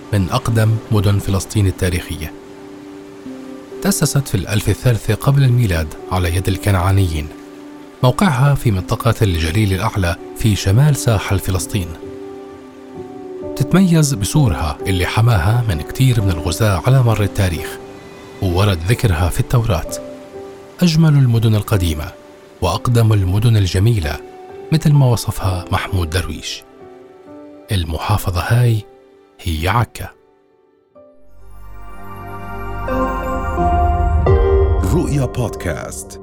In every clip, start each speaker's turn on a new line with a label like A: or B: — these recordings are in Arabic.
A: من أقدم مدن فلسطين التاريخية. تأسست في 1003 قبل الميلاد على يد الكنعانيين. موقعها في منطقة الجليل الأعلى في شمال ساحل فلسطين. تتميز بسورها اللي حماها من كتير من الغزاة على مر التاريخ، وورد ذكرها في التوراة. أجمل المدن القديمة وأقدم المدن الجميلة، مثل ما وصفها محمود درويش. المحافظة هاي هي عكا.
B: رؤيا بودكاست.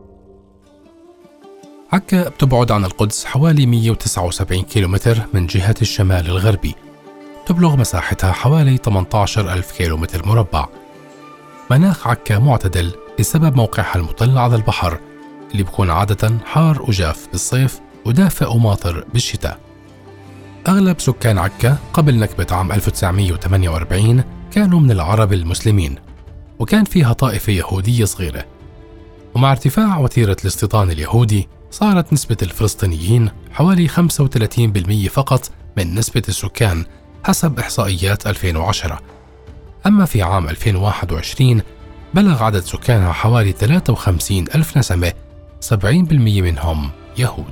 A: عكا بتبعد عن القدس حوالي 179 كيلومتر من جهة الشمال الغربي. تبلغ مساحتها حوالي 18,000 كيلومتر مربع. مناخ عكا معتدل بسبب موقعها المطل على البحر، اللي بيكون عادة حار وجاف بالصيف ودافئ وماطر بالشتاء. أغلب سكان عكا قبل نكبة عام 1948 كانوا من العرب المسلمين، وكان فيها طائفة يهودية صغيرة. ومع ارتفاع وتيرة الاستيطان اليهودي صارت نسبة الفلسطينيين حوالي 35% فقط من نسبة السكان حسب إحصائيات 2010. أما في عام 2021 بلغ عدد سكانها حوالي 53,000 نسمة، 70% منهم يهود.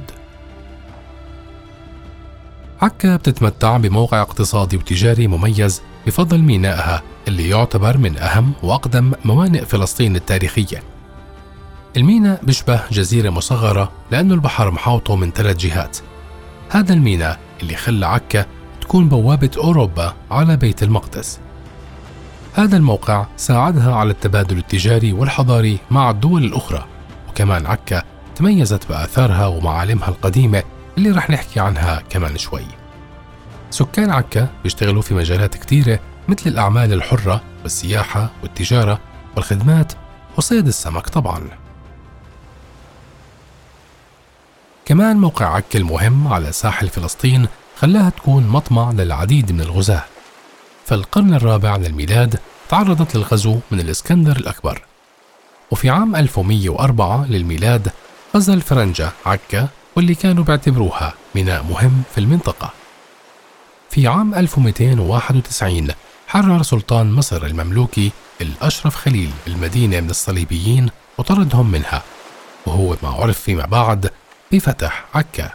A: عكا بتتمتع بموقع اقتصادي وتجاري مميز بفضل مينائها اللي يعتبر من أهم وأقدم موانئ فلسطين التاريخية. الميناء بيشبه جزيرة مصغرة لأنه البحر محاوطه من 3 جهات. هذا الميناء اللي خلى عكا تكون بوابة أوروبا على بيت المقدس. هذا الموقع ساعدها على التبادل التجاري والحضاري مع الدول الأخرى، وكمان عكا تميزت بآثارها ومعالمها القديمة اللي رح نحكي عنها كمان شوي. سكان عكا بيشتغلوا في مجالات كتيرة مثل الأعمال الحرة والسياحة والتجارة والخدمات وصيد السمك طبعاً. كمان موقع عكا المهم على ساحل فلسطين خلاها تكون مطمع للعديد من الغزاة. في القرن الرابع للميلاد تعرضت للغزو من الإسكندر الأكبر، وفي عام 1104 للميلاد غزا الفرنجة عكا، واللي كانوا بيعتبروها ميناء مهم في المنطقة. في عام 1291 حرر سلطان مصر المملوكي الأشرف خليل المدينة من الصليبيين وطردهم منها، وهو ما عرف فيما بعد بفتح عكا.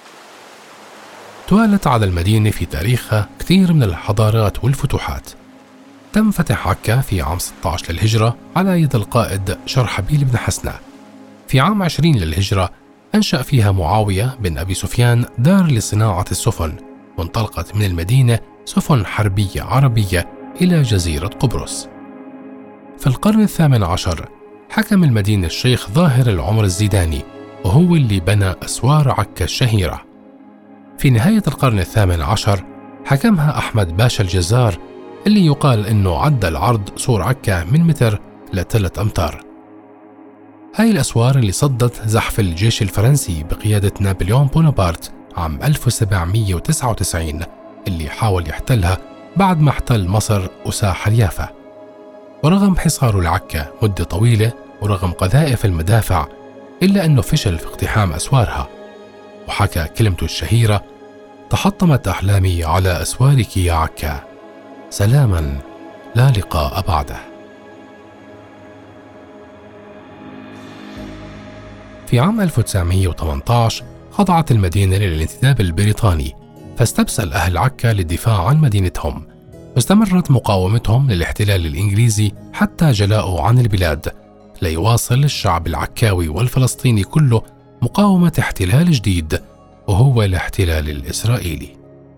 A: توالت على المدينة في تاريخها كثير من الحضارات والفتوحات. تم فتح عكا في عام 16 للهجرة على يد القائد شرحبيل بن حسنة. في عام 20 للهجرة أنشأ فيها معاوية بن أبي سفيان دار لصناعة السفن، وانطلقت من المدينة سفن حربية عربية إلى جزيرة قبرص. في القرن 18 حكم المدينة الشيخ ظاهر العمر الزيداني، وهو اللي بنى أسوار عكا الشهيرة. في نهاية القرن 18 حكمها أحمد باشا الجزار، اللي يقال إنه عدى العرض سور عكا من متر ل3 أمتار. هاي الأسوار اللي صدت زحف الجيش الفرنسي بقيادة نابليون بونابرت عام 1799 اللي حاول يحتلها بعد ما احتل مصر وساحل يافا. ورغم حصاره لعكا مدة طويلة ورغم قذائف المدافع، إلا أنه فشل في اقتحام أسوارها، وحكى كلمته الشهيرة: تحطمت أحلامي على أسوارك يا عكا، سلاما لا لقاء بعده. في عام 1918 خضعت المدينة للانتداب البريطاني، فاستبسل أهل عكا للدفاع عن مدينتهم، واستمرت مقاومتهم للاحتلال الإنجليزي حتى جلاؤوا عن البلاد، ليواصل الشعب العكاوي والفلسطيني كله مقاومة احتلال جديد، وهو الاحتلال الإسرائيلي.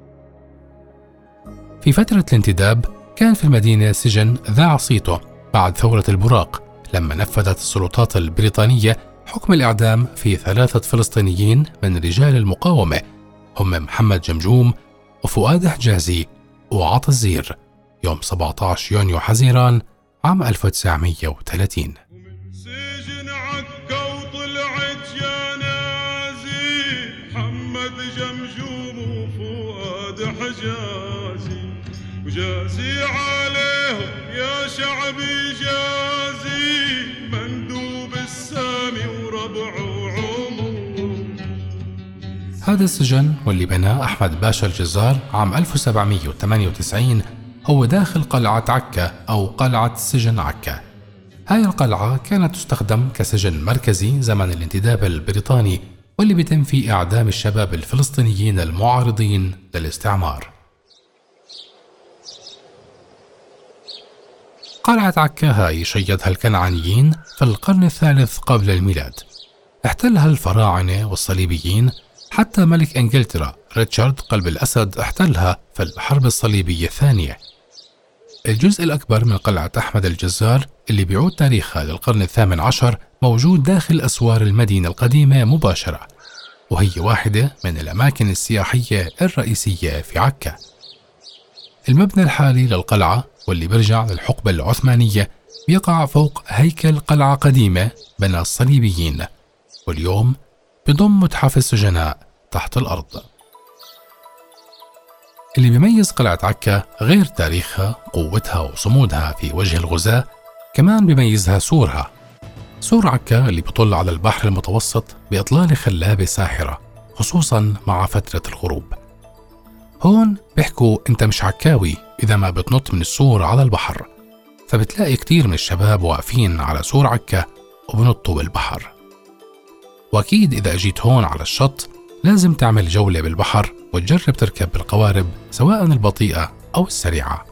A: في فترة الانتداب كان في المدينة سجن ذاع صيته بعد ثورة البراق، لما نفذت السلطات البريطانية حكم الإعدام في 3 فلسطينيين من رجال المقاومة، هم محمد جمجوم وفؤاد حجازي وعطا الزير، يوم 17 يونيو حزيران عام 1930.
C: سجن عكا وطلعت يا نازي، محمد جمجوم وفؤاد حجازي، وجازي عليهم يا شعبي جازي، مندوب السامي وربع وعموم.
A: هذا السجن واللي بناه أحمد باشا الجزار عام 1798 هو داخل قلعة عكا أو قلعة سجن عكا. هاي القلعة كانت تستخدم كسجن مركزي زمن الانتداب البريطاني، واللي بيتم فيه إعدام الشباب الفلسطينيين المعارضين للاستعمار. قلعة عكا هاي شيدها الكنعانيين في القرن الثالث قبل الميلاد. احتلها الفراعنة والصليبيين، حتى ملك إنجلترا ريتشارد قلب الأسد احتلها في الحرب الصليبية الثانية. الجزء الأكبر من قلعة أحمد الجزار اللي بيعود تاريخها للقرن الثامن عشر موجود داخل أسوار المدينة القديمة مباشرة، وهي واحدة من الأماكن السياحية الرئيسية في عكا. المبنى الحالي للقلعة واللي برجع للحقبة العثمانية بيقع فوق هيكل قلعة قديمة بنى الصليبيين، واليوم بضم متحف السجناء تحت الأرض. اللي بيميز قلعة عكا غير تاريخها، قوتها وصمودها في وجه الغزاة، كمان بيميزها سورها. سور عكا اللي بيطل على البحر المتوسط بإطلالة خلابة ساحرة، خصوصا مع فترة الغروب. هون بيحكوا انت مش عكاوي إذا ما بتنط من السور على البحر، فبتلاقي كتير من الشباب واقفين على سور عكا وبنطوا بالبحر. وأكيد إذا أجيت هون على الشط لازم تعمل جولة بالبحر وتجرب تركب بالقوارب سواء البطيئة أو السريعة.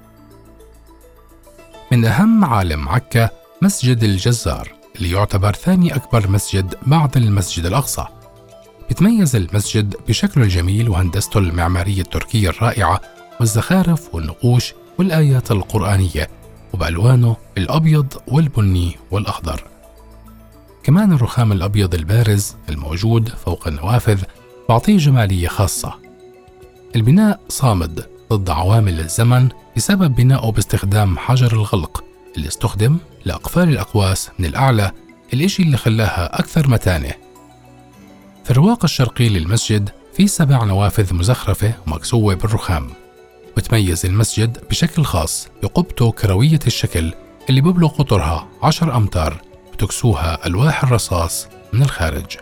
A: من أهم معالم عكا مسجد الجزار اللي يعتبر ثاني أكبر مسجد بعد المسجد الأقصى. بيتميز المسجد بشكله الجميل وهندسته المعمارية التركية الرائعة والزخارف والنقوش والآيات القرآنية، وبألوانه الأبيض والبني والأخضر. كمان الرخام الأبيض البارز الموجود فوق النوافذ بعطيه جمالية خاصة. البناء صامد ضد عوامل الزمن بسبب بنائه باستخدام حجر الغلق اللي استخدم لأقفال الأقواس من الأعلى، الإشي اللي خلاها أكثر متانة. في الرواق الشرقي للمسجد في 7 نوافذ مزخرفة ومكسوة بالرخام. وتميز المسجد بشكل خاص بقبته كروية الشكل اللي ببلغ قطرها 10 أمتار، وتكسوها ألواح الرصاص من الخارج.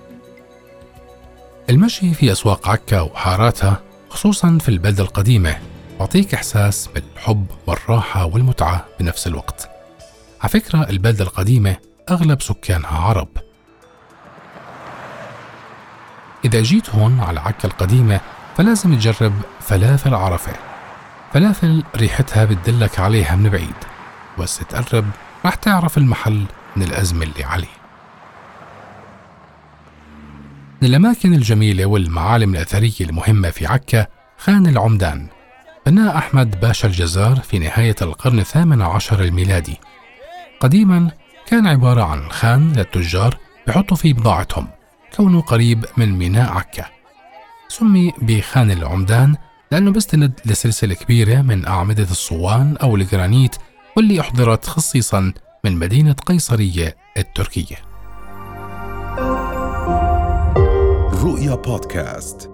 A: المشي في أسواق عكا وحاراتها خصوصا في البلدة القديمة يعطيك إحساس بالحب والراحة والمتعة بنفس الوقت. على فكرة البلدة القديمة أغلب سكانها عرب. إذا جيت هون على عكا القديمة فلازم تجرب فلافل عرفة. فلافل ريحتها بتدلك عليها من بعيد، بس تقرب راح تعرف المحل من الأزمة اللي عليه. من الأماكن الجميلة والمعالم الأثرية المهمة في عكا خان العمدان، بناه أحمد باشا الجزار في نهاية القرن الثامن عشر الميلادي. قديما كان عبارة عن خان للتجار بحطوا فيه بضاعتهم، كونه قريب من ميناء عكا. سمي بخان العمدان لأنه بيستند لسلسلة كبيرة من أعمدة الصوان أو الجرانيت، واللي أحضرت خصيصا من مدينة قيصرية التركية.
B: رؤيا بودكاست.